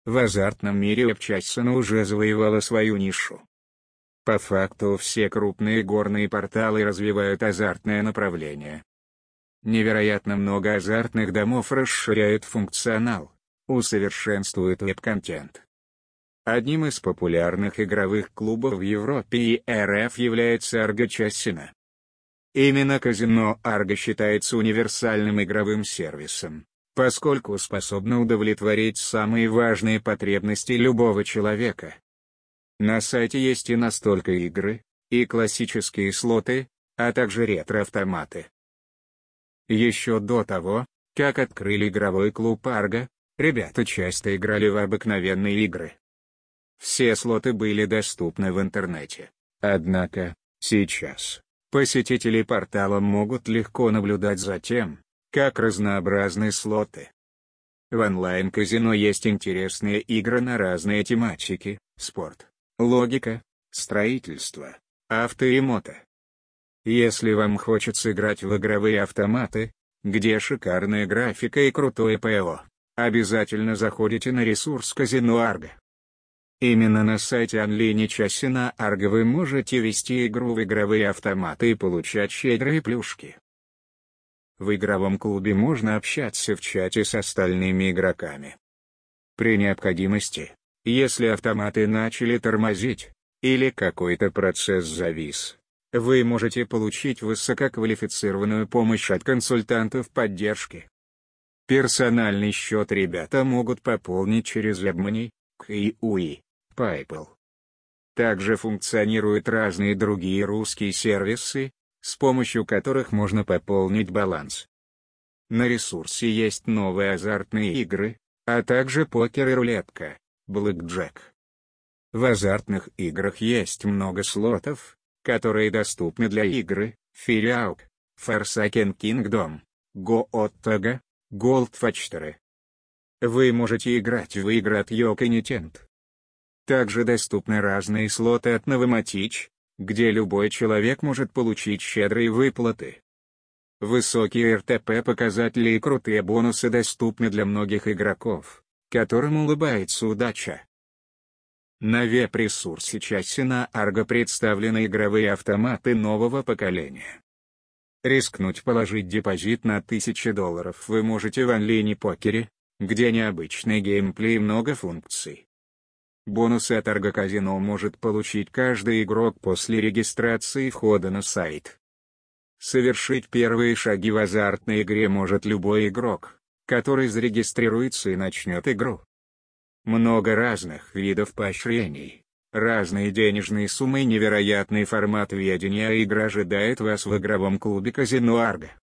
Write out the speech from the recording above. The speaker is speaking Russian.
В азартном мире Webchasina уже завоевала свою нишу. По факту все крупные горные порталы развивают азартное направление. Невероятно много азартных домов расширяют функционал, усовершенствуют веб-контент. Одним из популярных игровых клубов в Европе и РФ является Argo Chasina. Именно казино Argo считается универсальным игровым сервисом, поскольку способно удовлетворить самые важные потребности любого человека. На сайте есть и настольные игры, и классические слоты, а также ретро-автоматы. Еще до того, как открыли игровой клуб Argo, ребята часто играли в обыкновенные игры. Все слоты были доступны в интернете. Однако, сейчас, посетители портала могут легко наблюдать за тем, как разнообразны слоты. В онлайн-казино есть интересные игры на разные тематики: спорт, логика, строительство, авто и мото. Если вам хочется играть в игровые автоматы, где шикарная графика и крутое ПО, обязательно заходите на ресурс казино Argo. Именно на сайте Only Chasina Argo вы можете вести игру в игровые автоматы и получать щедрые плюшки. В игровом клубе можно общаться в чате с остальными игроками. При необходимости, если автоматы начали тормозить, или какой-то процесс завис, вы можете получить высококвалифицированную помощь от консультантов поддержки. Персональный счет ребята могут пополнить через WebMoney, Kiwi, PayPal. Также функционируют разные другие русские сервисы, с помощью которых можно пополнить баланс. На ресурсе есть новые азартные игры, а также покер и рулетка, Blackjack. В азартных играх есть много слотов, которые доступны для игры Filiauk, Forsaken Kingdom, Go Ottago, Gold Factory. Вы можете играть в игры от Yoke и Nintendo. Также доступны разные слоты от Novomatich, где любой человек может получить щедрые выплаты. Высокие РТП-показатели и крутые бонусы доступны для многих игроков, которым улыбается удача. На веб-ресурсе Chasina Argo представлены игровые автоматы нового поколения. Рискнуть положить депозит на $1000 вы можете в онлайн-покере, где необычный геймплей и много функций. Бонусы от Argo Casino может получить каждый игрок после регистрации и входа на сайт. Совершить первые шаги в азартной игре может любой игрок, который зарегистрируется и начнет игру. Много разных видов поощрений, разные денежные суммы и невероятный формат ведения игры ожидает вас в игровом клубе казино Argo.